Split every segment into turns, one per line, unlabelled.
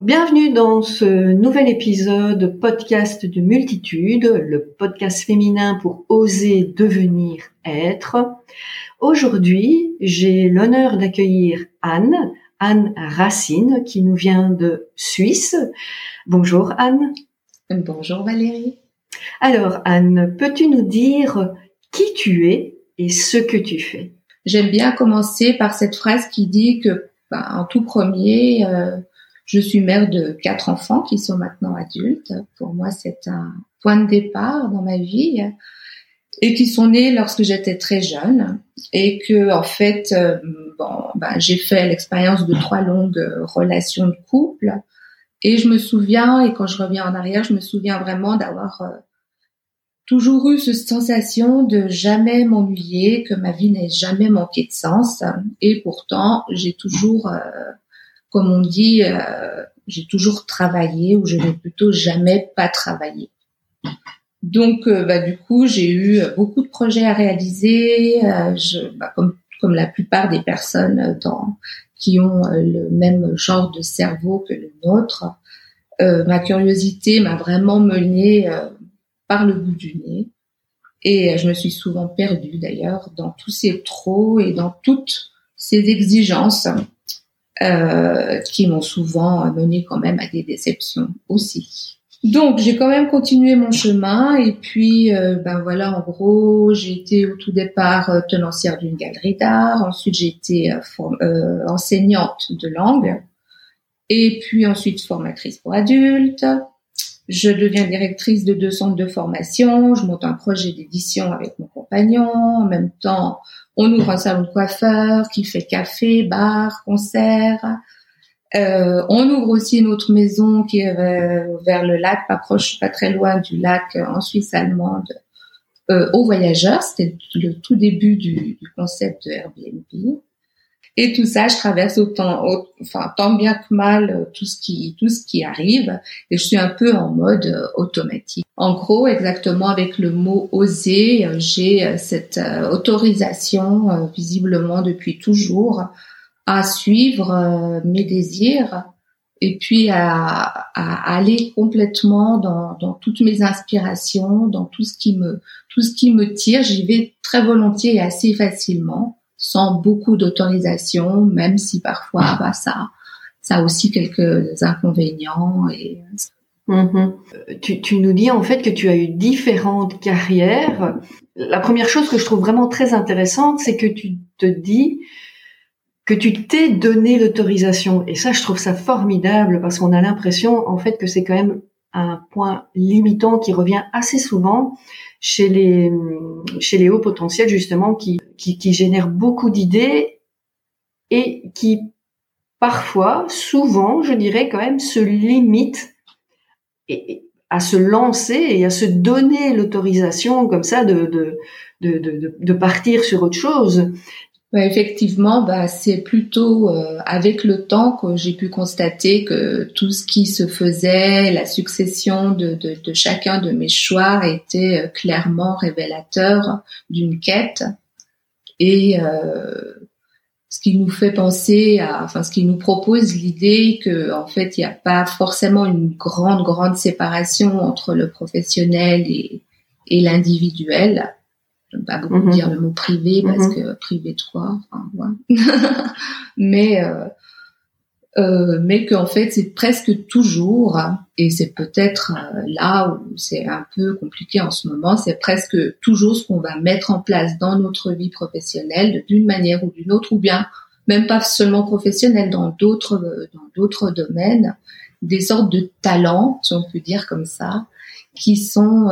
Bienvenue dans ce nouvel épisode podcast de Multitude, le podcast féminin pour oser devenir être. Aujourd'hui, j'ai l'honneur d'accueillir Anne Racine, qui nous vient de Suisse. Bonjour Anne.
Bonjour Valérie.
Alors Anne, peux-tu nous dire qui tu es et ce que tu fais?
J'aime bien commencer par cette phrase qui dit que, en tout premier, je suis mère de 4 enfants qui sont maintenant adultes. Pour moi, c'est un point de départ dans ma vie et qui sont nés lorsque j'étais très jeune et que, en fait, j'ai fait l'expérience de 3 longues relations de couple et je me souviens, et quand je reviens en arrière, je me souviens vraiment d'avoir toujours eu cette sensation de jamais m'ennuyer, que ma vie n'ait jamais manqué de sens et pourtant, j'ai toujours comme on dit, j'ai toujours travaillé ou je n'ai plutôt jamais pas travaillé. Donc, du coup, j'ai eu beaucoup de projets à réaliser, comme la plupart des personnes qui ont le même genre de cerveau que le nôtre. Ma curiosité m'a vraiment menée par le bout du nez et je me suis souvent perdue d'ailleurs dans tous ces trop et dans toutes ces exigences qui m'ont souvent mené quand même à des déceptions aussi. Donc j'ai quand même continué mon chemin et puis en gros j'ai été au tout départ tenancière d'une galerie d'art, ensuite j'ai été enseignante de langue et puis ensuite formatrice pour adultes. Je deviens directrice de 2 centres de formation, je monte un projet d'édition avec mon compagnon, en même temps on ouvre un salon de coiffeur qui fait café, bar, concert. On ouvre aussi une autre maison qui est vers le lac, pas très loin du lac en Suisse allemande, aux voyageurs. C'était le tout début du concept de Airbnb. Et tout ça, je traverse tant bien que mal tout ce qui arrive, et je suis un peu en mode automatique. En gros, exactement avec le mot oser, j'ai cette autorisation visiblement depuis toujours à suivre mes désirs et puis à aller complètement dans toutes mes inspirations, dans tout ce qui me tire. J'y vais très volontiers et assez facilement, sans beaucoup d'autorisation, même si parfois ça a aussi quelques inconvénients. Et
Tu nous dis en fait que tu as eu différentes carrières. La première chose que je trouve vraiment très intéressante, c'est que tu te dis que tu t'es donné l'autorisation. Et ça, je trouve ça formidable parce qu'on a l'impression en fait que c'est quand même un point limitant qui revient assez souvent chez les hauts potentiels, justement, qui génèrent beaucoup d'idées et qui parfois, souvent, je dirais quand même, se limitent à se lancer et à se donner l'autorisation comme ça de partir sur autre chose.
Effectivement, c'est plutôt avec le temps que j'ai pu constater que tout ce qui se faisait, la succession de chacun de mes choix était clairement révélateur d'une quête et ce qui nous fait penser ce qui nous propose l'idée que en fait il n'y a pas forcément une grande séparation entre le professionnel et l'individuel. Je ne vais pas beaucoup dire le mot privé parce que privé de quoi, mais qu'en fait c'est presque toujours, et c'est peut-être là où c'est un peu compliqué en ce moment, c'est presque toujours ce qu'on va mettre en place dans notre vie professionnelle d'une manière ou d'une autre, ou bien même pas seulement professionnelle, dans d'autres domaines, des sortes de talents, si on peut dire comme ça, qui sont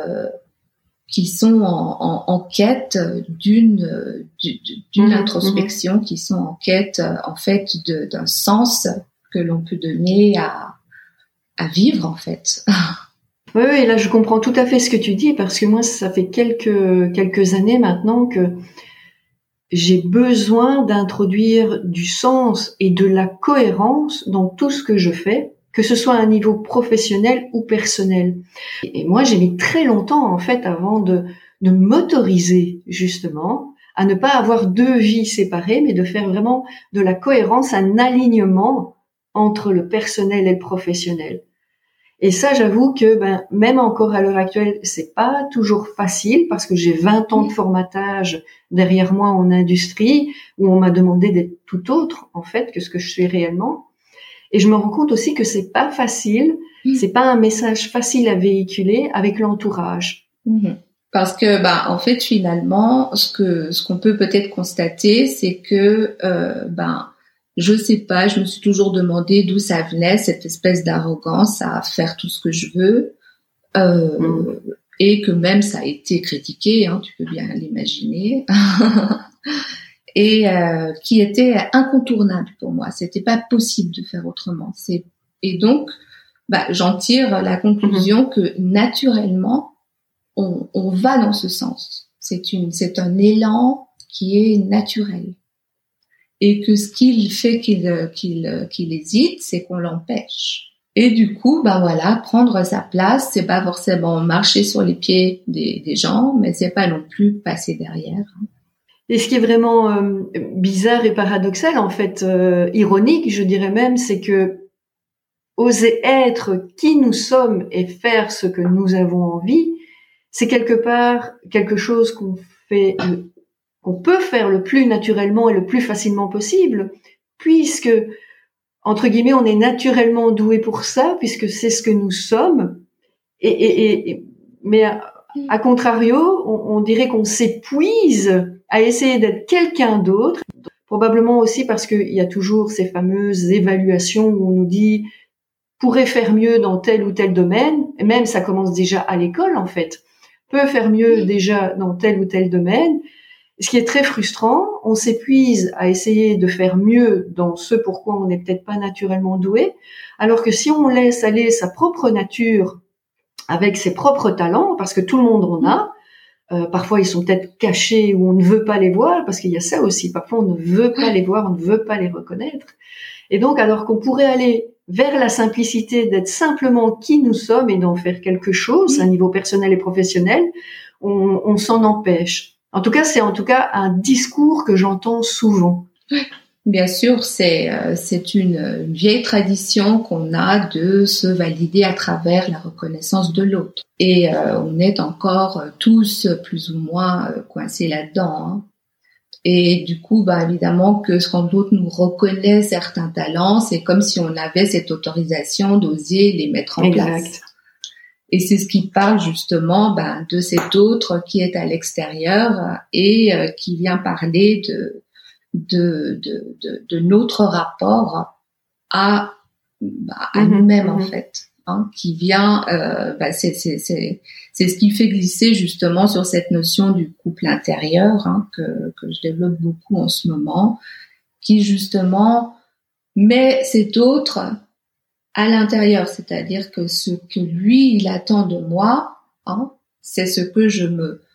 en quête d'une introspection, qui sont en quête en fait d'un sens que l'on peut donner à vivre en fait.
Oui, et là je comprends tout à fait ce que tu dis parce que moi ça fait quelques années maintenant que j'ai besoin d'introduire du sens et de la cohérence dans tout ce que je fais, que ce soit à un niveau professionnel ou personnel. Et moi, j'ai mis très longtemps, en fait, avant de m'autoriser, justement, à ne pas avoir 2 vies séparées, mais de faire vraiment de la cohérence, un alignement entre le personnel et le professionnel. Et ça, j'avoue que même encore à l'heure actuelle, c'est pas toujours facile parce que j'ai 20 ans de formatage derrière moi en industrie où on m'a demandé d'être tout autre en fait que ce que je suis réellement. Et je me rends compte aussi que c'est pas facile, c'est pas un message facile à véhiculer avec l'entourage.
Parce que en fait finalement ce qu'on peut peut-être constater, c'est que je sais pas, je me suis toujours demandé d'où ça venait, cette espèce d'arrogance à faire tout ce que je veux, et que même ça a été critiqué, hein, tu peux bien l'imaginer, et qui était incontournable pour moi. C'était pas possible de faire autrement. Et donc, j'en tire la conclusion que naturellement, on va dans ce sens. C'est un élan qui est naturel. Et que ce qu'il fait qu'il hésite, c'est qu'on l'empêche. Et du coup, prendre sa place, c'est pas forcément marcher sur les pieds des gens, mais c'est pas non plus passer derrière.
Et ce qui est vraiment bizarre et paradoxal, en fait, ironique, je dirais même, c'est que oser être qui nous sommes et faire ce que nous avons envie, c'est quelque part quelque chose qu'on peut faire le plus naturellement et le plus facilement possible, puisque, entre guillemets, on est naturellement doué pour ça, puisque c'est ce que nous sommes. Mais à contrario, on dirait qu'on s'épuise à essayer d'être quelqu'un d'autre, probablement aussi parce qu'il y a toujours ces fameuses évaluations où on nous dit pourrait faire mieux dans tel ou tel domaine, et même ça commence déjà à l'école en fait, peut faire mieux déjà dans tel ou tel domaine. Ce qui est très frustrant, on s'épuise à essayer de faire mieux dans ce pourquoi on n'est peut-être pas naturellement doué, alors que si on laisse aller sa propre nature avec ses propres talents, parce que tout le monde en a, parfois ils sont peut-être cachés ou on ne veut pas les voir, parce qu'il y a ça aussi, parfois on ne veut pas les voir, on ne veut pas les reconnaître. Et donc alors qu'on pourrait aller vers la simplicité d'être simplement qui nous sommes et d'en faire quelque chose à niveau personnel et professionnel, on s'en empêche. En tout cas, c'est un discours que j'entends souvent.
Bien sûr, c'est une vieille tradition qu'on a de se valider à travers la reconnaissance de l'autre. Et on est encore tous plus ou moins coincés là-dedans. Hein. Et du coup, évidemment que quand d'autres nous reconnaissent certains talents, c'est comme si on avait cette autorisation d'oser les mettre en place. Et c'est ce qui parle justement de cet autre qui est à l'extérieur et qui vient parler de notre rapport à nous-mêmes en fait, hein, qui vient c'est ce qui fait glisser justement sur cette notion du couple intérieur, hein, que je développe beaucoup en ce moment, qui justement met cet autre à l'intérieur, c'est-à-dire que ce que lui il attend de moi, hein, c'est ce que je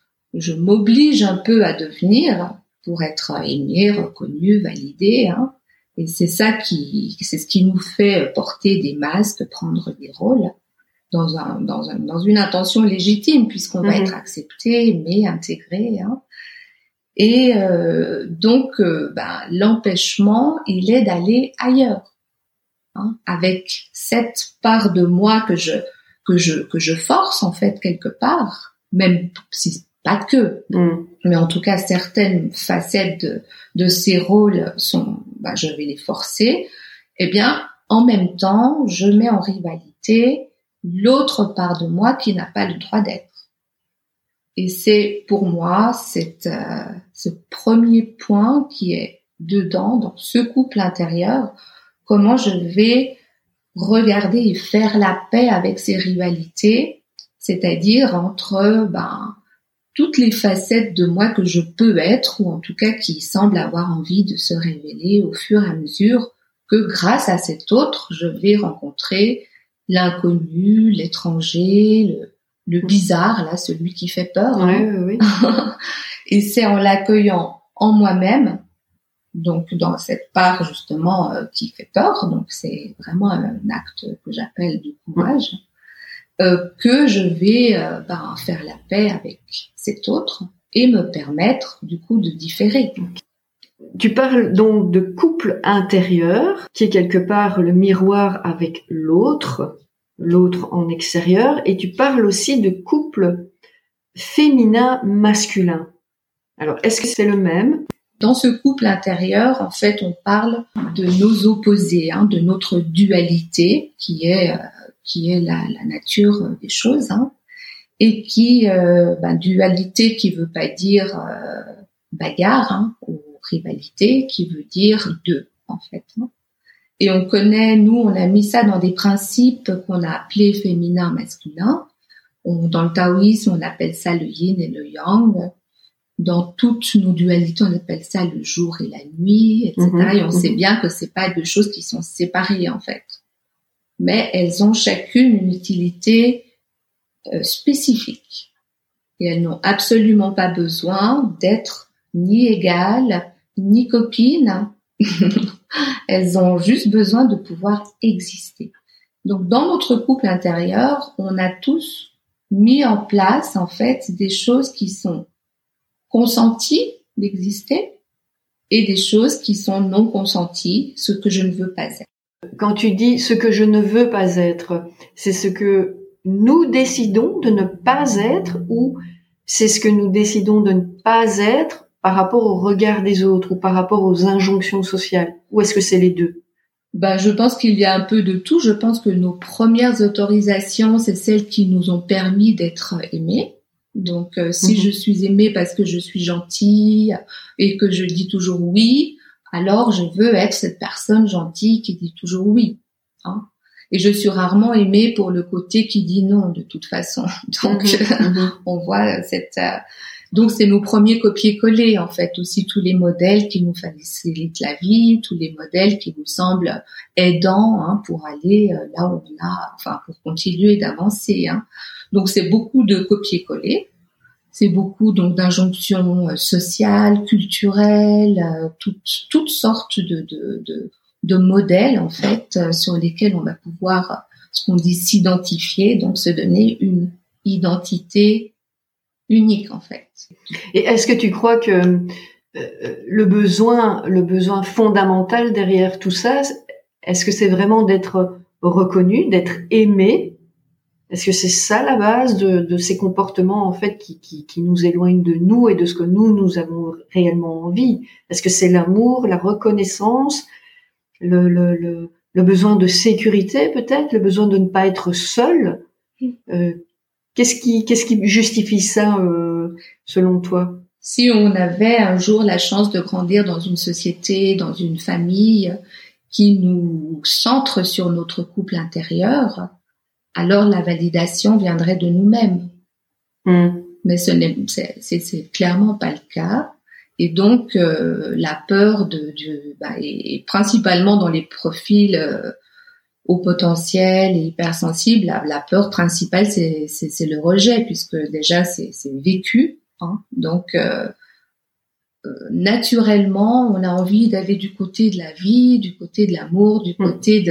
m'oblige un peu à devenir pour être aimé, reconnu, validé, hein. Et c'est ça c'est ce qui nous fait porter des masques, prendre des rôles dans une intention légitime, puisqu'on va être accepté, aimé, intégré, hein. Et donc l'empêchement, il est d'aller ailleurs, hein, avec cette part de moi que je force en fait quelque part, même si pas que, mais en tout cas certaines facettes de ces rôles sont, je vais les forcer. Eh bien, en même temps, je mets en rivalité l'autre part de moi qui n'a pas le droit d'être. Et c'est pour moi ce premier point qui est dedans, dans ce couple intérieur, comment je vais regarder et faire la paix avec ces rivalités, c'est-à-dire entre toutes les facettes de moi que je peux être, ou en tout cas qui semblent avoir envie de se révéler au fur et à mesure que grâce à cet autre, je vais rencontrer l'inconnu, l'étranger, le bizarre, là, celui qui fait peur.
Oui.
Et c'est en l'accueillant en moi-même, donc dans cette part justement qui fait peur, donc c'est vraiment un acte que j'appelle du courage, que je vais faire la paix avec cet autre et me permettre du coup de différer.
Tu parles donc de couple intérieur, qui est quelque part le miroir avec l'autre en extérieur, et tu parles aussi de couple féminin-masculin. Alors, est-ce que c'est le même?
Dans ce couple intérieur, en fait, on parle de nos opposés, de notre dualité, qui est la nature des choses, et qui dualité qui veut pas dire bagarre ou rivalité, qui veut dire deux, en fait. Et on a mis ça dans des principes qu'on a appelés féminin-masculin. Dans le taoïsme, on appelle ça le yin et le yang. Dans toutes nos dualités, on appelle ça le jour et la nuit, etc. Et on sait bien que c'est pas deux choses qui sont séparées, en fait. Mais elles ont chacune une utilité spécifique. Et elles n'ont absolument pas besoin d'être ni égales, ni copines. Elles ont juste besoin de pouvoir exister. Donc, dans notre couple intérieur, on a tous mis en place, en fait, des choses qui sont consenties d'exister et des choses qui sont non consenties, ce que je ne veux pas être.
Quand tu dis ce que je ne veux pas être, c'est ce que nous décidons de ne pas être ou c'est ce que nous décidons de ne pas être par rapport au regard des autres ou par rapport aux injonctions sociales? Ou est-ce que c'est les deux?
Je pense qu'il y a un peu de tout. Je pense que nos premières autorisations, c'est celles qui nous ont permis d'être aimés. Donc, si je suis aimée parce que je suis gentille et que je dis toujours oui, alors je veux être cette personne gentille qui dit toujours oui. Et je suis rarement aimée pour le côté qui dit non, de toute façon. Donc, on voit donc c'est nos premiers copier-coller, en fait, aussi tous les modèles qui nous facilitent la vie, tous les modèles qui nous semblent aidants pour aller là où pour continuer d'avancer. Donc c'est beaucoup de copier-coller, c'est beaucoup donc d'injonctions sociales, culturelles, toutes sortes de modèles, en fait, sur lesquels on va pouvoir, ce qu'on dit, s'identifier, donc se donner une identité unique, en fait.
Et est-ce que tu crois que le besoin fondamental derrière tout ça, est-ce que c'est vraiment d'être reconnu, d'être aimé? Est-ce que c'est ça la base de ces comportements, en fait, qui nous éloignent de nous et de ce que nous avons réellement envie? Est-ce que c'est l'amour, la reconnaissance, le besoin de sécurité, peut-être, le besoin de ne pas être seul? Qu'est-ce qui justifie ça, selon toi?
Si on avait un jour la chance de grandir dans une société, dans une famille qui nous centre sur notre couple intérieur, alors la validation viendrait de nous-mêmes. Mais c'est clairement pas le cas. Et donc la peur et principalement dans les profils au potentiel et hypersensible, la peur principale c'est le rejet, puisque déjà c'est vécu, donc naturellement on a envie d'aller du côté de la vie, du côté de l'amour, du côté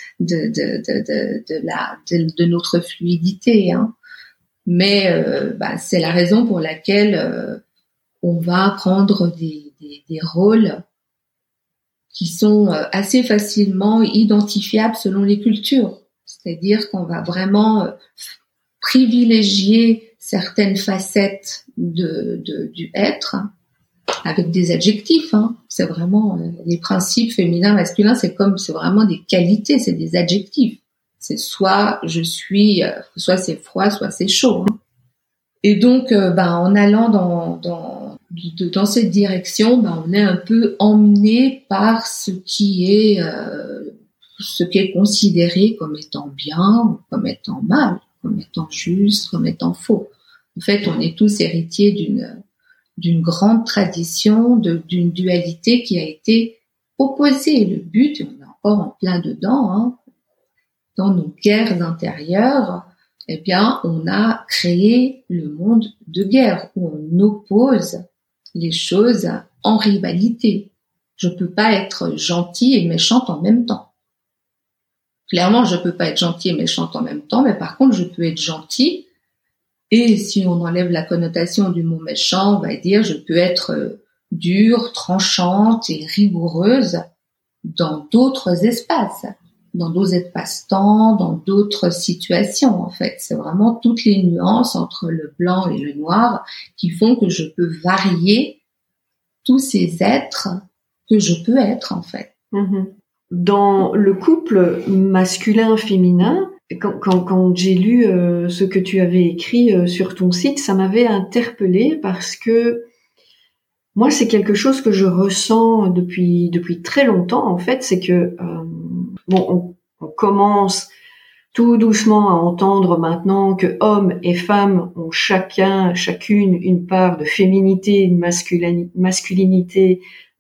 de notre fluidité, mais c'est la raison pour laquelle on va prendre des rôles qui sont assez facilement identifiables selon les cultures. C'est-à-dire qu'on va vraiment privilégier certaines facettes du être avec des adjectifs. C'est vraiment les principes féminins, masculins, c'est vraiment des qualités, c'est des adjectifs. C'est soit soit c'est froid, soit c'est chaud. Et donc, en allant dans cette direction, on est un peu emmené par ce qui est considéré comme étant bien, ou comme étant mal, comme étant juste, comme étant faux. En fait, on est tous héritiers d'une grande tradition, d'une dualité qui a été opposée. Le but, on est encore en plein dedans, dans nos guerres intérieures, on a créé le monde de guerre où on oppose les choses en rivalité. Je peux pas être gentille et méchante en même temps. Clairement, je peux pas être gentille et méchante en même temps, mais par contre, je peux être gentille. Et si on enlève la connotation du mot méchant, on va dire je peux être dure, tranchante et rigoureuse dans d'autres espaces, dans d'autres espaces-temps, dans d'autres situations, en fait. C'est vraiment toutes les nuances entre le blanc et le noir qui font que je peux varier tous ces êtres que je peux être, en fait.
Dans le couple masculin-féminin, quand j'ai lu ce que tu avais écrit sur ton site, ça m'avait interpellée parce que moi, c'est quelque chose que je ressens depuis très longtemps, en fait, c'est que on commence tout doucement à entendre maintenant que hommes et femmes ont chacune une part de féminité, une masculinité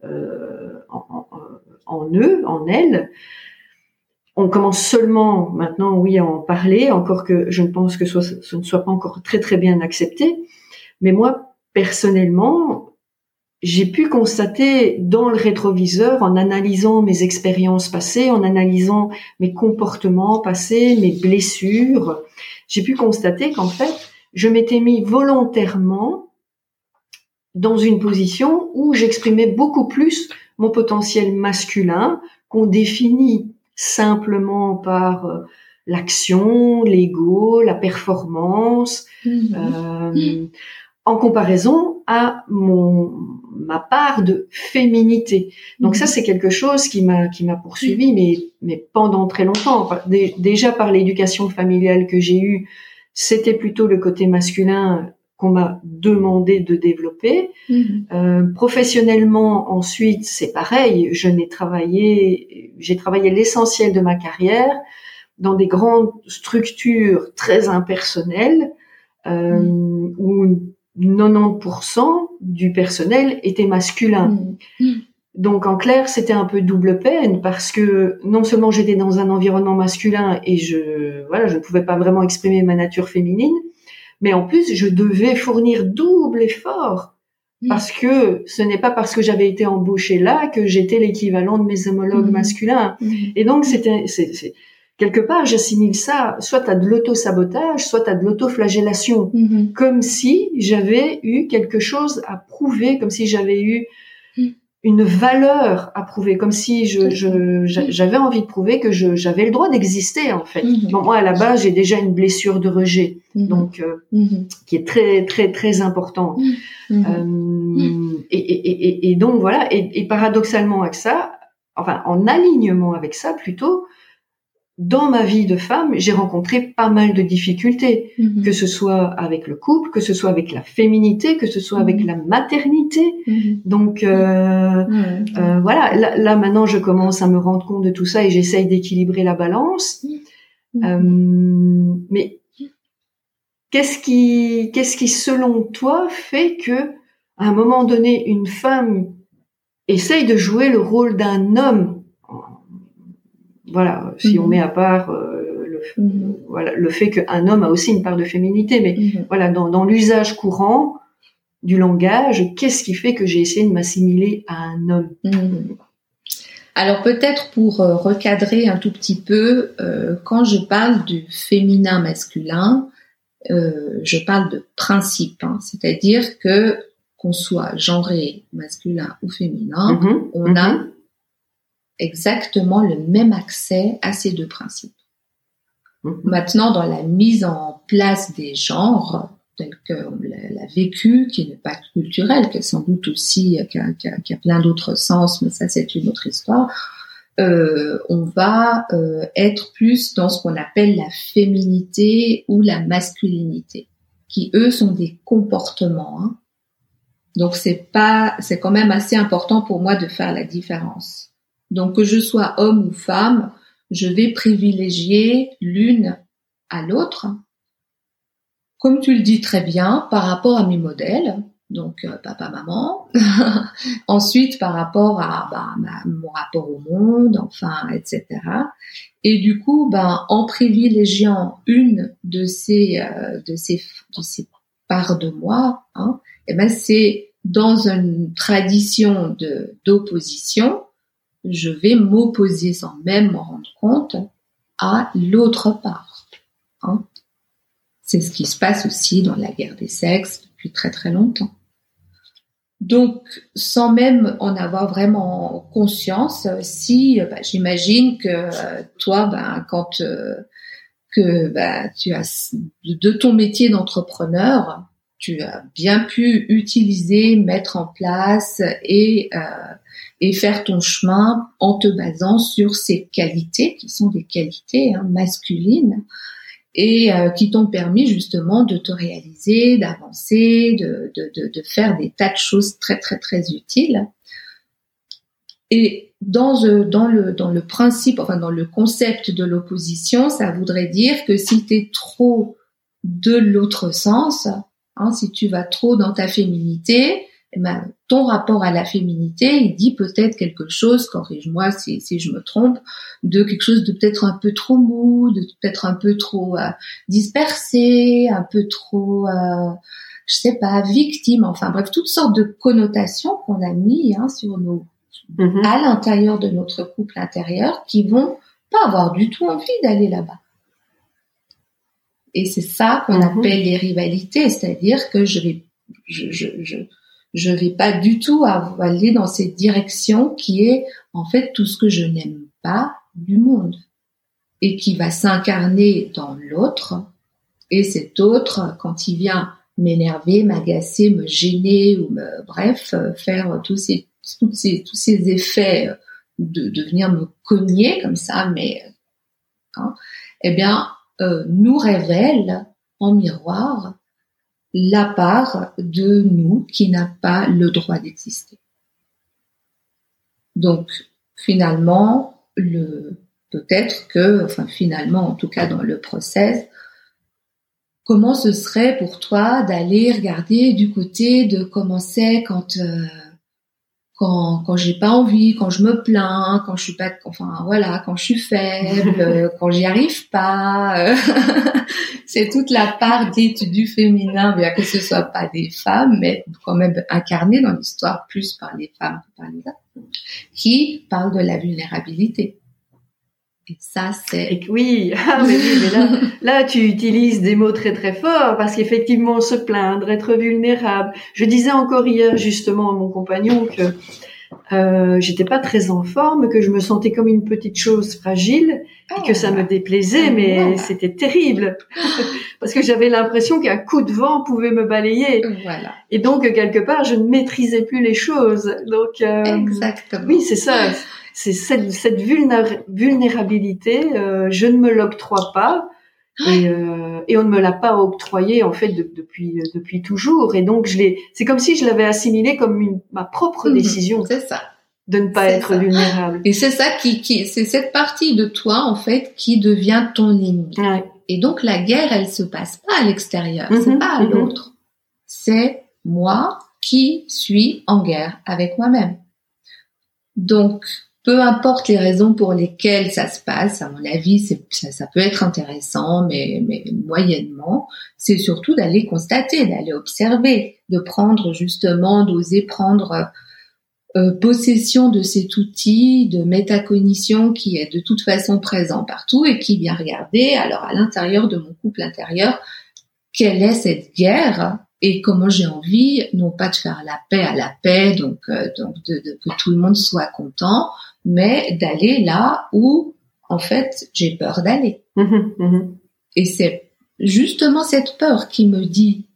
en eux, en elles. On commence seulement maintenant, oui, à en parler, encore que je ne pense que ce ne soit pas encore très très bien accepté. Mais moi, personnellement, j'ai pu constater dans le rétroviseur, en analysant mes expériences passées, en analysant mes comportements passés, mes blessures, j'ai pu constater qu'en fait, je m'étais mis volontairement dans une position où j'exprimais beaucoup plus mon potentiel masculin, qu'on définit simplement par l'action, l'ego, la performance, en comparaison à ma part de féminité. Donc ça, c'est quelque chose qui m'a poursuivi, mais pendant très longtemps. Déjà par l'éducation familiale que j'ai eue, c'était plutôt le côté masculin qu'on m'a demandé de développer. Professionnellement, ensuite, c'est pareil. J'ai travaillé l'essentiel de ma carrière dans des grandes structures très impersonnelles, où 90% du personnel était masculin. Donc en clair, c'était un peu double peine parce que non seulement j'étais dans un environnement masculin et je ne pouvais pas vraiment exprimer ma nature féminine, mais en plus je devais fournir double effort parce que ce n'est pas parce que j'avais été embauchée là que j'étais l'équivalent de mes homologues masculins. Et donc c'est quelque part, j'assimile ça soit à de l'auto-sabotage, soit à de l'auto-flagellation, comme si j'avais eu quelque chose à prouver, comme si j'avais eu une valeur à prouver, comme si j'avais envie de prouver que j'avais le droit d'exister, en fait. Bon, moi, à la base, j'ai déjà une blessure de rejet, donc qui est très, très, très importante. Et donc, voilà, et paradoxalement avec ça, enfin, en alignement avec ça, plutôt, dans ma vie de femme, j'ai rencontré pas mal de difficultés, que ce soit avec le couple, que ce soit avec la féminité, que ce soit avec la maternité. Donc voilà, là maintenant je commence à me rendre compte de tout ça et j'essaye d'équilibrer la balance. Mais qu'est-ce qui selon toi fait que à un moment donné une femme essaye de jouer le rôle d'un homme? Voilà, si on met à part le fait qu'un homme a aussi une part de féminité, mais voilà, dans l'usage courant du langage, qu'est-ce qui fait que j'ai essayé de m'assimiler à un homme?
Alors peut-être pour recadrer un tout petit peu, quand je parle du féminin masculin, je parle de principe, c'est-à-dire que qu'on soit genré masculin ou féminin, on a exactement le même accès à ces deux principes. Maintenant, dans la mise en place des genres, tels qu'on l'a vécu, qui n'est pas culturel, qui est sans doute aussi, qui a plein d'autres sens, mais ça c'est une autre histoire, on va être plus dans ce qu'on appelle la féminité ou la masculinité, qui eux sont des comportements. Donc c'est quand même assez important pour moi de faire la différence. Donc que je sois homme ou femme, je vais privilégier l'une à l'autre, comme tu le dis très bien, par rapport à mes modèles, donc papa, maman, ensuite par rapport à mon rapport au monde, enfin, etc. Et du coup, en privilégiant une de ces parts de moi, c'est dans une tradition d'opposition, je vais m'opposer sans même m'en rendre compte à l'autre part. C'est ce qui se passe aussi dans la guerre des sexes depuis très très longtemps. Donc, sans même en avoir vraiment conscience, si j'imagine que toi, quand tu as de ton métier d'entrepreneur, tu as bien pu utiliser, mettre en place et faire ton chemin en te basant sur ces qualités qui sont des qualités masculines et qui t'ont permis justement de te réaliser, d'avancer, de faire des tas de choses très très très utiles. Et dans le principe, enfin dans le concept de l'opposition, ça voudrait dire que si tu es trop de l'autre sens, si tu vas trop dans ta féminité, ton rapport à la féminité, il dit peut-être quelque chose, corrige-moi si je me trompe, de quelque chose de peut-être un peu trop mou, de peut-être un peu trop dispersé, un peu trop, je sais pas, victime, enfin bref, toutes sortes de connotations qu'on a mis sur nos à l'intérieur de notre couple intérieur qui vont pas avoir du tout envie d'aller là-bas. Et c'est ça qu'on appelle les rivalités, c'est-à-dire que je vais pas du tout aller dans cette direction qui est en fait tout ce que je n'aime pas du monde et qui va s'incarner dans l'autre. Et cet autre, quand il vient m'énerver, m'agacer, me gêner ou faire tous ces effets de venir me cogner comme ça, nous révèle en miroir la part de nous qui n'a pas le droit d'exister. Donc, finalement, finalement, en tout cas dans le process, comment ce serait pour toi d'aller regarder du côté de comment c'est quand j'ai pas envie, quand je me plains, quand je suis pas, quand je suis faible, quand j'y arrive pas. C'est toute la part dite du féminin, bien que ce soit pas des femmes, mais quand même incarnée dans l'histoire plus par les femmes que par les hommes, qui parle de la vulnérabilité. Et ça, c'est...
Oui, mais là, tu utilises des mots très très forts parce qu'effectivement, se plaindre, être vulnérable. Je disais encore hier justement à mon compagnon que j'étais pas très en forme, que je me sentais comme une petite chose fragile et que ça me déplaisait, mais c'était terrible parce que j'avais l'impression qu'un coup de vent pouvait me balayer.
Voilà.
Et donc quelque part, je ne maîtrisais plus les choses. Donc
exactement.
Oui, c'est ça. C'est cette vulnérabilité, je ne me l'octroie pas et on ne me l'a pas octroyée en fait depuis toujours. Et donc c'est comme si je l'avais assimilée comme ma propre décision.
C'est ça.
De ne pas être vulnérable.
Et c'est ça c'est cette partie de toi en fait qui devient ton ennemi.
Ouais.
Et donc la guerre, elle se passe pas à l'extérieur, c'est pas à l'autre. C'est moi qui suis en guerre avec moi-même. Donc peu importe les raisons pour lesquelles ça se passe, à mon avis, ça peut être intéressant, mais moyennement, c'est surtout d'aller constater, d'aller observer, d'oser prendre possession de cet outil de métacognition qui est de toute façon présent partout et qui vient regarder, alors à l'intérieur de mon couple intérieur, quelle est cette guerre et comment j'ai envie, non pas de faire la paix à la paix, donc que tout le monde soit content, mais d'aller là où, en fait, j'ai peur d'aller. Et c'est justement cette peur qui me dit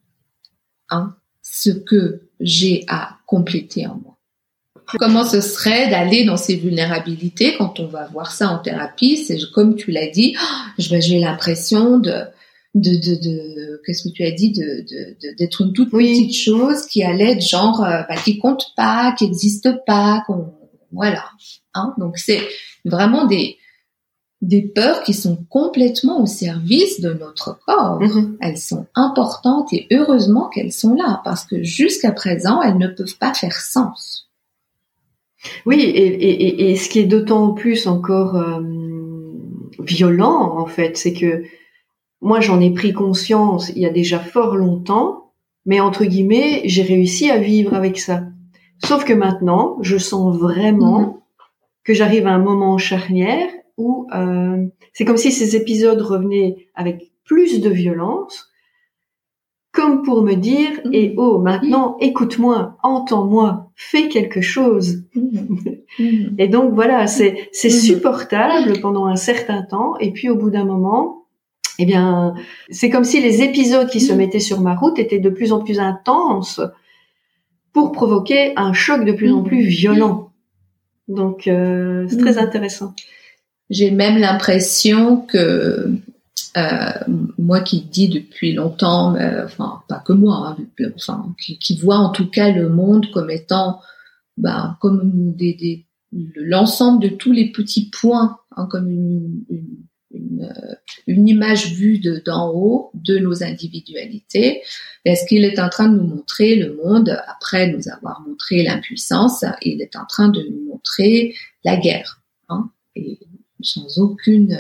ce que j'ai à compléter en moi. Comment ce serait d'aller dans ces vulnérabilités quand on va voir ça en thérapie? C'est comme tu l'as dit, j'ai l'impression qu'est-ce que tu as dit, d'être une toute petite chose qui allait être genre qui compte pas, qui existe pas, voilà. Donc c'est vraiment des peurs qui sont complètement au service de notre corps. Elles sont importantes et heureusement qu'elles sont là parce que jusqu'à présent elles ne peuvent pas faire sens.
Oui, et ce qui est d'autant plus encore violent en fait, c'est que moi j'en ai pris conscience il y a déjà fort longtemps, mais entre guillemets j'ai réussi à vivre avec ça. Sauf que maintenant je sens vraiment que j'arrive à un moment charnière où c'est comme si ces épisodes revenaient avec plus de violence comme pour me dire, et oh, maintenant, écoute-moi, entends-moi, fais quelque chose. Et donc voilà, c'est supportable pendant un certain temps, et puis au bout d'un moment, eh bien, c'est comme si les épisodes qui se mettaient sur ma route étaient de plus en plus intenses pour provoquer un choc de plus en plus violent. Donc, c'est très intéressant.
J'ai même l'impression que moi qui dis depuis longtemps, enfin pas que moi, hein, qui vois en tout cas le monde comme étant, comme l'ensemble de tous les petits points, hein, comme une image vue d'en haut de nos individualités. Est-ce qu'il est en train de nous montrer le monde après nous avoir montré l'impuissance? Il est en train de nous montrer la guerre, hein, et sans aucun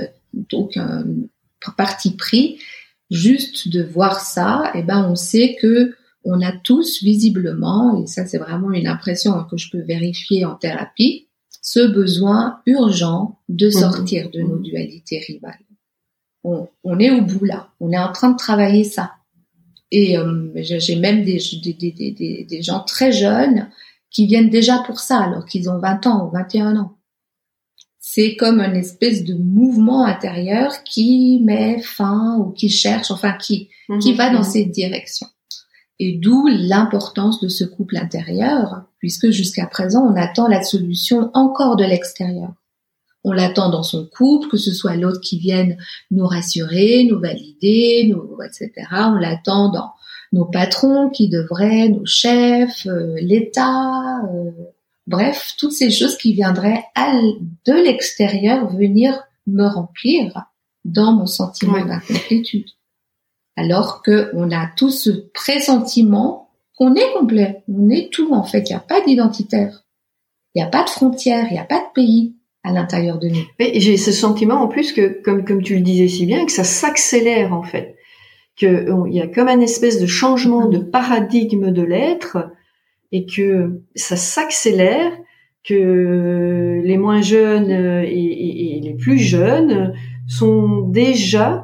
parti pris, juste de voir ça, on sait que on a tous visiblement, et ça c'est vraiment une impression que je peux vérifier en thérapie, ce besoin urgent de sortir de nos dualités rivales. On est au bout là, on est en train de travailler ça. Et j'ai même des gens très jeunes qui viennent déjà pour ça, alors qu'ils ont 20 ans ou 21 ans. C'est comme une espèce de mouvement intérieur qui met fin ou qui cherche, enfin qui va dans cette direction. Et d'où l'importance de ce couple intérieur, puisque jusqu'à présent, on attend la solution encore de l'extérieur. On l'attend dans son couple, que ce soit l'autre qui vienne nous rassurer, nous valider, etc. On l'attend dans nos patrons qui devraient, nos chefs, l'État, bref, toutes ces choses qui viendraient de l'extérieur venir me remplir dans mon sentiment d'incomplétude. Alors que on a tout ce pressentiment qu'on est complet, on est tout en fait. Il n'y a pas d'identitaire, il n'y a pas de frontières, il n'y a pas de pays à l'intérieur de nous.
Mais j'ai ce sentiment en plus que, comme tu le disais si bien, que ça s'accélère en fait, que il y a comme un espèce de changement de paradigme de l'être et que ça s'accélère, que les moins jeunes et les plus jeunes sont déjà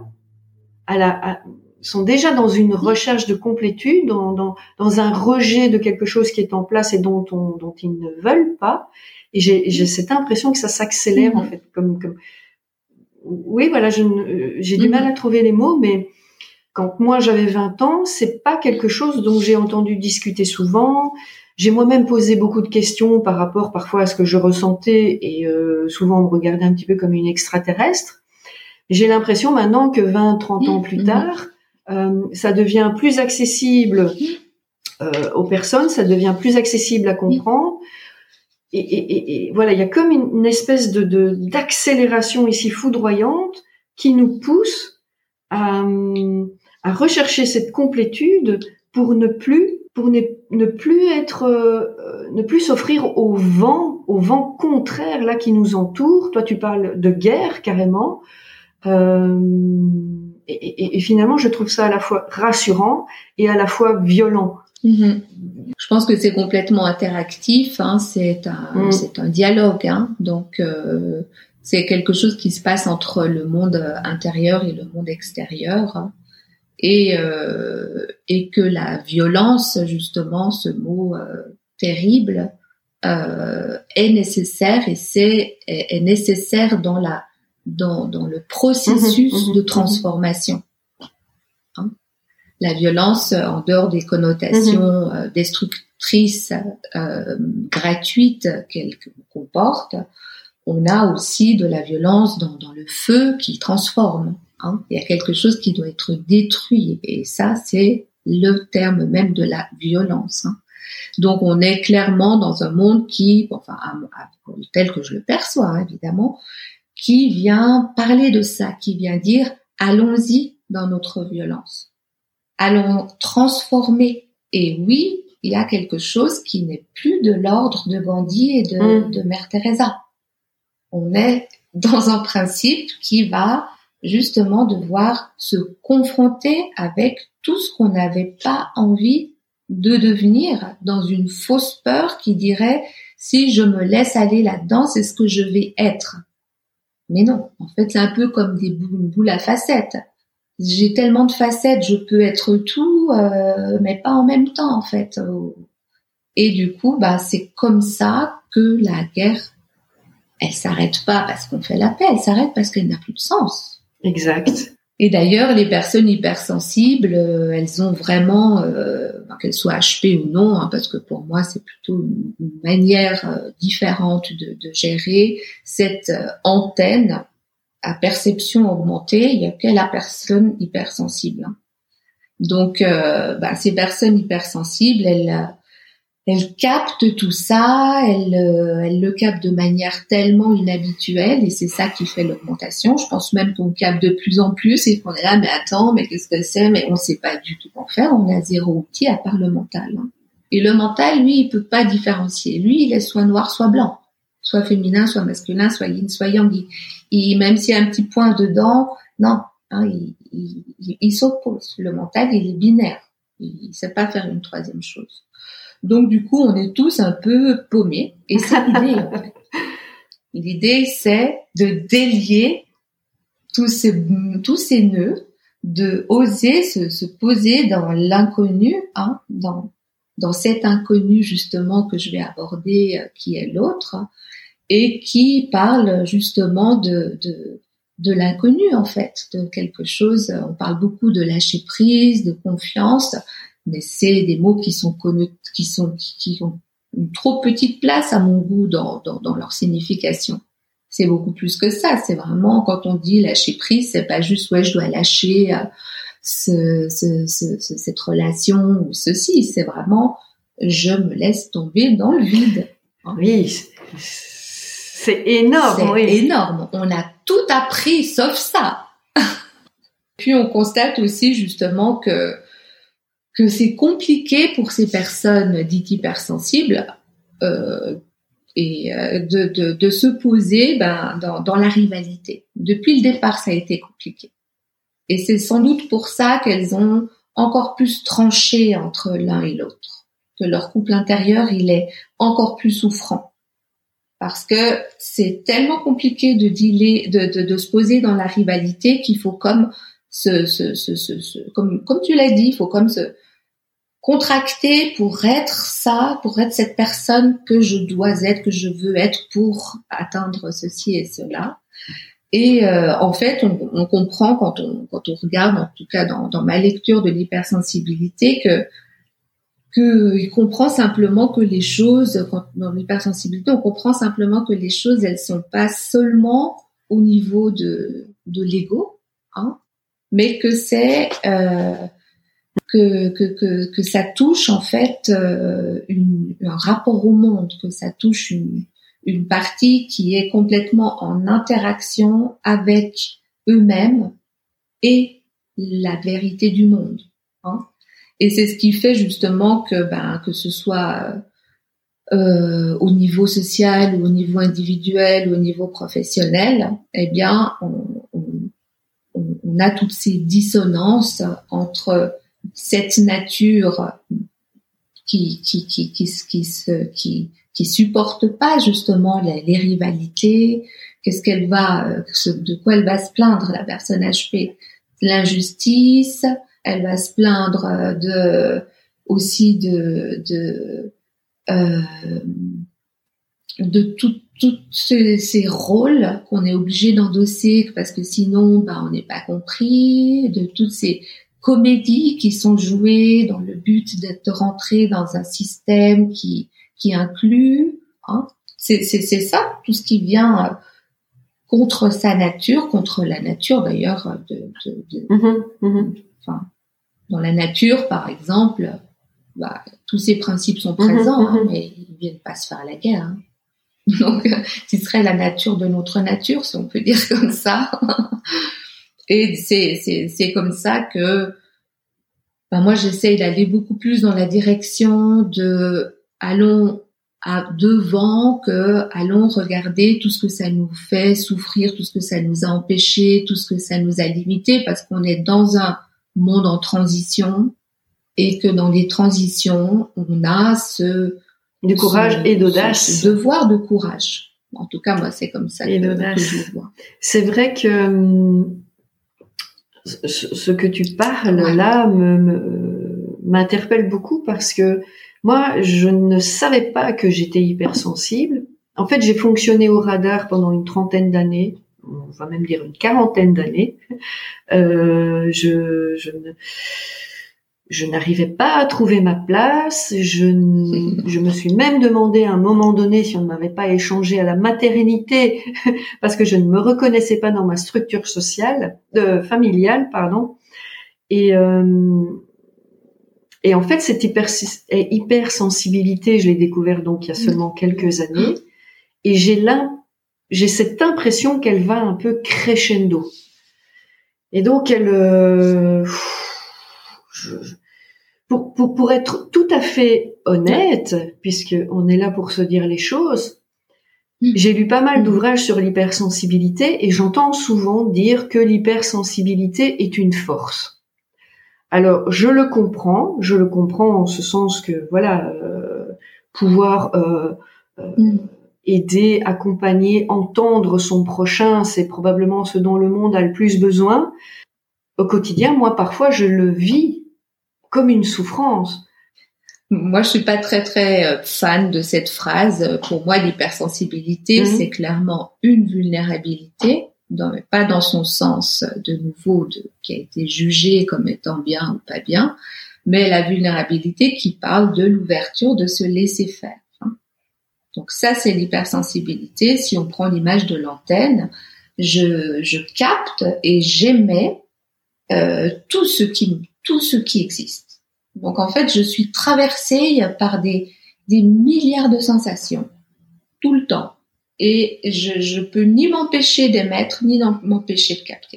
dans une recherche de complétude, dans un rejet de quelque chose qui est en place et dont ils ne veulent pas. Et j'ai cette impression que ça s'accélère en fait, comme oui, voilà, j'ai du mal à trouver les mots, mais quand moi j'avais 20 ans, c'est pas quelque chose dont j'ai entendu discuter souvent. J'ai moi-même posé beaucoup de questions par rapport parfois à ce que je ressentais et souvent on me regardait un petit peu comme une extraterrestre. J'ai l'impression maintenant que 20-30 ans plus tard, ça devient plus accessible aux personnes, ça devient plus accessible à comprendre. Et voilà, il y a comme une espèce d'accélération ici foudroyante qui nous pousse à rechercher cette complétude pour ne plus s'offrir au vent contraire là qui nous entoure. Toi, tu parles de guerre carrément. Et finalement, je trouve ça à la fois rassurant et à la fois violent.
Je pense que c'est complètement interactif, hein, c'est un dialogue, hein, donc c'est quelque chose qui se passe entre le monde intérieur et le monde extérieur, hein, et que la violence, justement, ce mot terrible, est nécessaire et est nécessaire dans le processus de transformation. Hein. La violence, en dehors des connotations destructrices, gratuites qu'elle comporte, on a aussi de la violence dans le feu qui transforme. Hein. Il y a quelque chose qui doit être détruit, et ça, c'est le terme même de la violence. Hein. Donc, on est clairement dans un monde qui, tel que je le perçois, hein, évidemment, qui vient parler de ça, qui vient dire « allons-y dans notre violence ». Allons transformer. Et oui, il y a quelque chose qui n'est plus de l'ordre de Gandhi et de Mère Teresa. On est dans un principe qui va justement devoir se confronter avec tout ce qu'on n'avait pas envie de devenir, dans une fausse peur qui dirait « si je me laisse aller là-dedans, c'est ce que je vais être ». Mais non, en fait, c'est un peu comme une boule à facettes. j'ai tellement de facettes, je peux être tout, mais pas en même temps en fait. Et du coup, c'est comme ça que la guerre, elle s'arrête pas parce qu'on fait la paix, elle s'arrête parce qu'elle n'a plus de sens.
Exact.
Et d'ailleurs, les personnes hypersensibles, elles ont vraiment, qu'elles soient HP ou non, parce que pour moi, c'est plutôt une manière différente de gérer cette antenne à perception augmentée. Il y a que la personne hypersensible. Donc, ces personnes hypersensibles, elles captent tout ça, elles le captent de manière tellement inhabituelle et c'est ça qui fait l'augmentation. Je pense même qu'on capte de plus en plus et qu'on est là, mais attends, mais qu'est-ce que c'est? Mais on sait pas du tout quoi faire. On a zéro outil à part le mental. Et le mental, lui, il peut pas différencier. Lui, il est soit noir, soit blanc, soit féminin, soit masculin, soit yin, soit yang. Même s'il y a un petit point dedans, non, il s'oppose. Le mental, il est binaire. Il sait pas faire une troisième chose. Donc, du coup, on est tous un peu paumés. Et c'est l'idée, en fait. L'idée, c'est de délier tous ces nœuds, de oser se poser dans l'inconnu, dans cet inconnu, justement, que je vais aborder, qui est l'autre, et qui parle, justement, de l'inconnu, en fait, de quelque chose. On parle beaucoup de lâcher prise, de confiance, mais c'est des mots qui ont une trop petite place à mon goût dans leur signification. C'est beaucoup plus que ça. C'est vraiment, quand on dit lâcher prise, c'est pas juste je dois lâcher cette relation ou ceci. C'est vraiment je me laisse tomber dans le vide.
Oui, c'est énorme.
C'est énorme. On a tout appris sauf ça. Puis on constate aussi justement que c'est compliqué pour ces personnes dites hypersensibles de se poser dans la rivalité. Depuis le départ, ça a été compliqué. Et c'est sans doute pour ça qu'elles ont encore plus tranché entre l'un et l'autre, que leur couple intérieur, il est encore plus souffrant. Parce que c'est tellement compliqué de se poser dans la rivalité qu'il faut comme comme tu l'as dit, il faut comme se contracter pour être cette personne que je dois être, que je veux être pour atteindre ceci et cela. Et en fait, on comprend quand on regarde, en tout cas dans ma lecture de l'hypersensibilité, que il comprend simplement que les choses, dans l'hypersensibilité, on comprend simplement que les choses, elles sont pas seulement au niveau de l'ego, mais que c'est que ça touche en fait un rapport au monde, que ça touche une partie qui est complètement en interaction avec eux-mêmes et la vérité du monde. Et c'est ce qui fait justement que ce soit au niveau social ou au niveau individuel ou au niveau professionnel, eh bien on a toutes ces dissonances entre cette nature qui supporte pas justement les rivalités. De quoi elle va se plaindre, la personne HP? L'injustice. Elle va se plaindre aussi de tous ces rôles qu'on est obligé d'endosser parce que sinon on n'est pas compris, de toutes ces comédies qui sont jouées dans le but de rentrer dans un système qui inclut, c'est ça, tout ce qui vient contre sa nature, contre la nature d'ailleurs dans la nature par exemple, tous ces principes sont présents, mais ils viennent pas se faire la guerre. Donc, ce serait la nature de notre nature, si on peut dire comme ça. Et c'est comme ça que moi j'essaye d'aller beaucoup plus dans la direction de allons devant, que allons regarder tout ce que ça nous fait souffrir, tout ce que ça nous a empêché, tout ce que ça nous a limité, parce qu'on est dans un monde en transition et que dans les transitions on a
du courage et d'audace,
ce devoir de courage. En tout cas moi c'est comme ça que je le vois.
C'est vrai que ce que tu parles là m'interpelle beaucoup parce que moi, je ne savais pas que j'étais hypersensible. En fait, j'ai fonctionné au radar pendant une trentaine d'années, on va même dire une quarantaine d'années. Je n'arrivais pas à trouver ma place. Je me suis même demandé à un moment donné si on ne m'avait pas échangé à la maternité parce que je ne me reconnaissais pas dans ma structure sociale, familiale, pardon. Et en fait, cette hypersensibilité, je l'ai découvert donc il y a seulement quelques années, et j'ai cette impression qu'elle va un peu crescendo. Et donc, pour être tout à fait honnête, puisque on est là pour se dire les choses, j'ai lu pas mal d'ouvrages sur l'hypersensibilité et j'entends souvent dire que l'hypersensibilité est une force. Alors, je le comprends en ce sens que, voilà, pouvoir aider, accompagner, entendre son prochain, c'est probablement ce dont le monde a le plus besoin. Au quotidien, moi, parfois, je le vis comme une souffrance.
Moi, je suis pas très fan de cette phrase. Pour moi, l'hypersensibilité, c'est clairement une vulnérabilité. Pas dans son sens de nouveau qui a été jugé comme étant bien ou pas bien, mais la vulnérabilité qui parle de l'ouverture, de se laisser faire. Donc ça, c'est l'hypersensibilité. Si on prend l'image de l'antenne, je capte et j'émets tout ce qui existe. Donc en fait, je suis traversée par des milliards de sensations tout le temps. Et je peux ni m'empêcher d'émettre, ni m'empêcher de capter.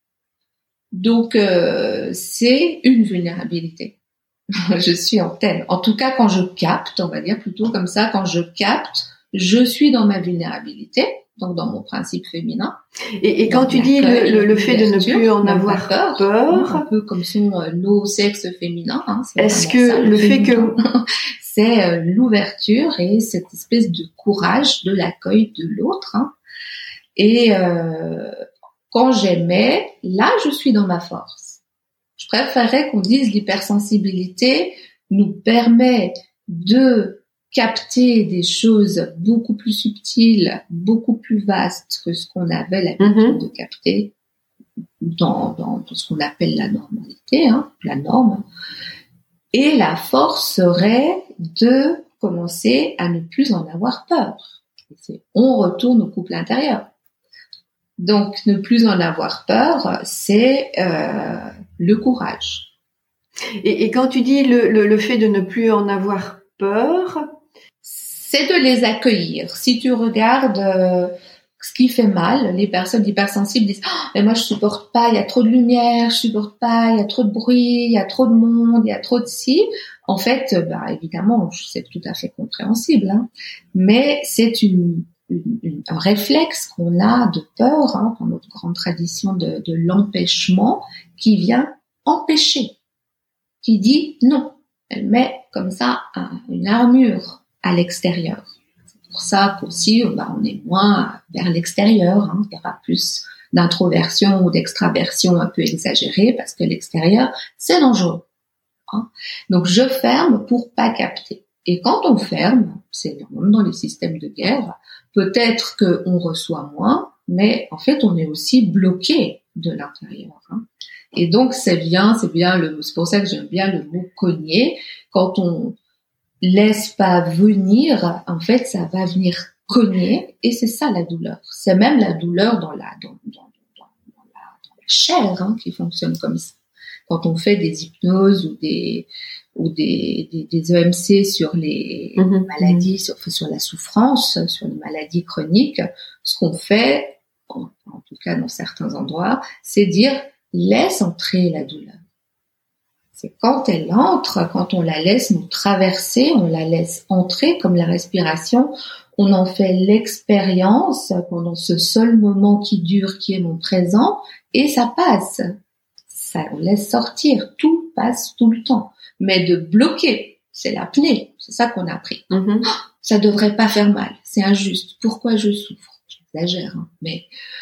Donc, c'est une vulnérabilité. Je suis antenne. En tout cas, quand je capte, on va dire plutôt comme ça, quand je capte, je suis dans ma vulnérabilité, donc dans mon principe féminin.
Et quand tu dis le fait de ne plus en avoir peur,
un peu comme sont nos sexes féminins,
est-ce que le fait que
c'est l'ouverture et cette espèce de courage de l'accueil de l'autre. Et quand j'aimais, là, je suis dans ma force. Je préférerais qu'on dise l'hypersensibilité nous permet de capter des choses beaucoup plus subtiles, beaucoup plus vastes que ce qu'on avait l'habitude de capter dans ce qu'on appelle la normalité, la norme. Et la force serait de commencer à ne plus en avoir peur. On retourne au couple intérieur. Donc, ne plus en avoir peur, c'est le courage.
Et quand tu dis le fait de ne plus en avoir peur,
c'est de les accueillir. Si tu regardes ce qui fait mal, les personnes hypersensibles disent mais moi je supporte pas, il y a trop de lumière, je supporte pas, il y a trop de bruit, il y a trop de monde, il y a trop de ci. En fait, évidemment, c'est tout à fait compréhensible, mais c'est un réflexe qu'on a de peur, dans notre grande tradition de l'empêchement, qui vient empêcher, qui dit non. Elle met comme ça une armure à l'extérieur. C'est pour ça qu'aussi, on est moins vers l'extérieur. Il y aura plus d'introversion ou d'extraversion un peu exagérée parce que l'extérieur, c'est dangereux. Donc, je ferme pour pas capter. Et quand on ferme, c'est même dans les systèmes de guerre, peut-être qu'on reçoit moins, mais en fait, on est aussi bloqué de l'intérieur. Et donc, c'est pour ça que j'aime bien le mot cogner. Quand on laisse pas venir, en fait, ça va venir cogner, et c'est ça la douleur. C'est même la douleur dans la chair, qui fonctionne comme ça. Quand on fait des hypnoses ou des EMC sur les maladies, sur la souffrance, sur les maladies chroniques, ce qu'on fait, en tout cas dans certains endroits, c'est dire laisse entrer la douleur. C'est quand elle entre, quand on la laisse nous traverser, on la laisse entrer comme la respiration, on en fait l'expérience pendant ce seul moment qui dure, qui est mon présent, et ça passe. Ça, on laisse sortir, tout passe tout le temps. Mais de bloquer, c'est l'apnée, c'est ça qu'on a appris. Ça devrait pas faire mal, c'est injuste. Pourquoi je souffre? J'exagère, mais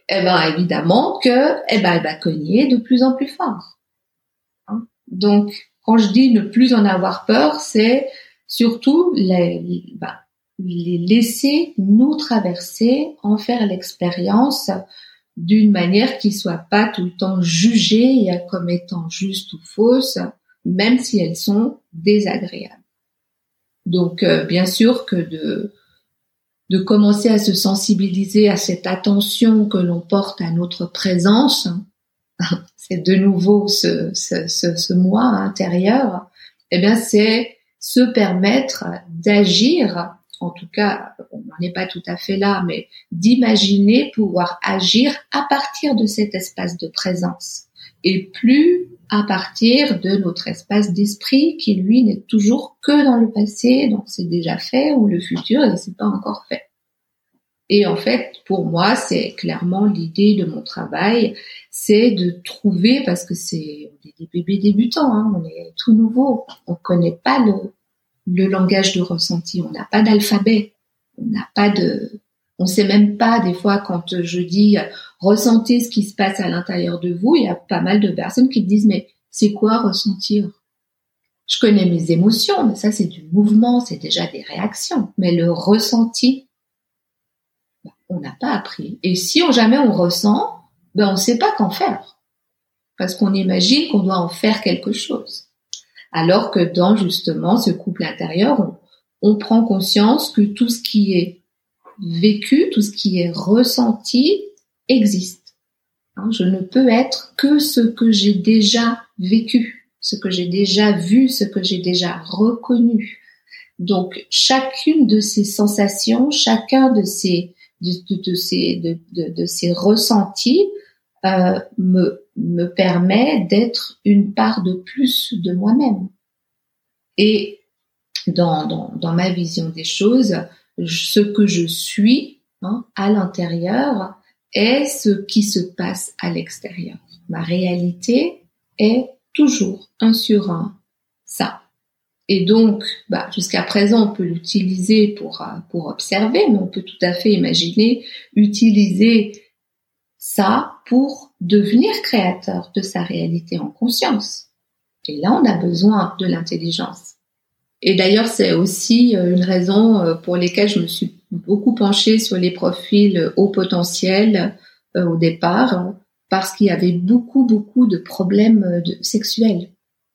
eh ben évidemment que elle va cogner de plus en plus fort. Hein. Donc quand je dis ne plus en avoir peur, c'est surtout les laisser nous traverser, en faire l'expérience d'une manière qui soit pas tout le temps jugée comme étant juste ou fausse, même si elles sont désagréables. Donc bien sûr que de commencer à se sensibiliser à cette attention que l'on porte à notre présence, c'est de nouveau ce moi intérieur, eh bien c'est se permettre d'agir, en tout cas on n'en est pas tout à fait là, mais d'imaginer pouvoir agir à partir de cet espace de présence et plus à partir de notre espace d'esprit qui lui n'est toujours que dans le passé, donc c'est déjà fait, ou le futur et c'est pas encore fait. Et en fait, pour moi, c'est clairement l'idée de mon travail, c'est de trouver, parce que on est des bébés débutants, hein, on est tout nouveau, on connaît pas le langage de ressenti, on n'a pas d'alphabet, on sait même pas, des fois, quand je dis ressentez ce qui se passe à l'intérieur de vous, il y a pas mal de personnes qui me disent mais c'est quoi ressentir? Je connais mes émotions, mais ça c'est du mouvement, c'est déjà des réactions, mais le ressenti, on n'a pas appris. Et si jamais on ressent, on ne sait pas qu'en faire. Parce qu'on imagine qu'on doit en faire quelque chose. Alors que dans, justement, ce couple intérieur, on prend conscience que tout ce qui est vécu, tout ce qui est ressenti, existe. Hein, je ne peux être que ce que j'ai déjà vécu, ce que j'ai déjà vu, ce que j'ai déjà reconnu. Donc, chacune de ces sensations, chacun de ces ressentis me permet d'être une part de plus de moi-même. Et dans ma vision des choses, ce que je suis à l'intérieur est ce qui se passe à l'extérieur. Ma réalité est toujours 1 sur 1, ça. Et donc, jusqu'à présent, on peut l'utiliser pour observer, mais on peut tout à fait imaginer utiliser ça pour devenir créateur de sa réalité en conscience. Et là, on a besoin de l'intelligence. Et d'ailleurs, c'est aussi une raison pour laquelle je me suis beaucoup penchée sur les profils haut potentiel au départ, parce qu'il y avait beaucoup de problèmes sexuels.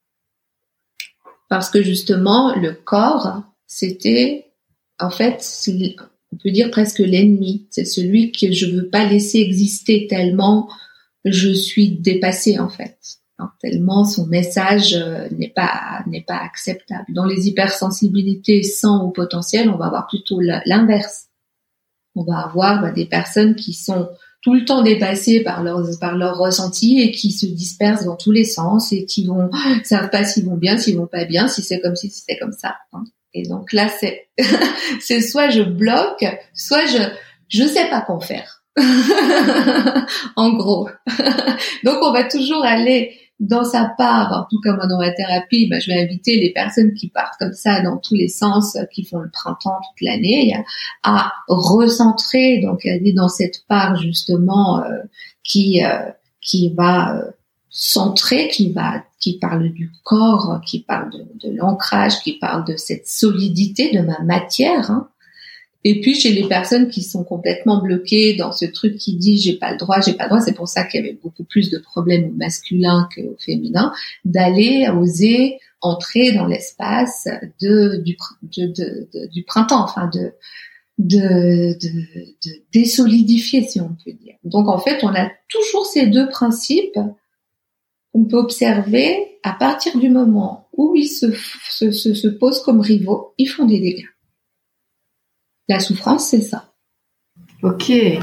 Parce que justement, le corps, c'était, en fait, on peut dire presque l'ennemi. C'est celui que je veux pas laisser exister tellement je suis dépassée, en fait. Tellement son message n'est pas acceptable. Dans les hypersensibilités sans haut potentiel, on va avoir plutôt l'inverse. On va avoir des personnes qui sont tout le temps dépassés par leurs ressentis et qui se dispersent dans tous les sens et qui savent pas s'ils vont bien, s'ils vont pas bien, si c'est comme ci, si c'est comme ça. Et donc là, c'est soit je bloque, soit je sais pas quoi faire. En gros. Donc on va toujours aller dans sa part, en tout cas moi dans ma thérapie, je vais inviter les personnes qui partent comme ça dans tous les sens, qui font le printemps toute l'année, à recentrer, donc aller dans cette part justement qui va centrer, qui parle du corps, qui parle de l'ancrage, qui parle de cette solidité de ma matière. Et puis chez les personnes qui sont complètement bloquées dans ce truc qui dit j'ai pas le droit, c'est pour ça qu'il y avait beaucoup plus de problèmes au masculin qu'au féminin, d'aller oser entrer dans l'espace du printemps, enfin de désolidifier, si on peut dire. Donc en fait, on a toujours ces deux principes qu'on peut observer à partir du moment où ils se posent comme rivaux, ils font des dégâts. La souffrance, c'est ça.
Ok. Eh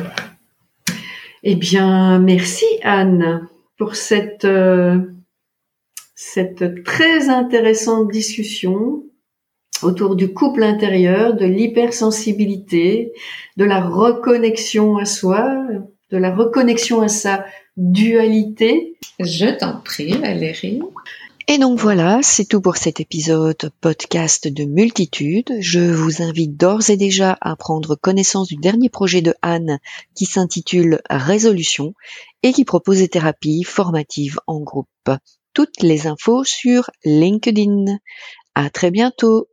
bien, merci Anne pour cette très intéressante discussion autour du couple intérieur, de l'hypersensibilité, de la reconnexion à soi, de la reconnexion à sa dualité.
Je t'en prie, Valérie.
Et donc voilà, c'est tout pour cet épisode podcast de Multitude. Je vous invite d'ores et déjà à prendre connaissance du dernier projet de Anne qui s'intitule Résolution et qui propose des thérapies formatives en groupe. Toutes les infos sur LinkedIn. À très bientôt.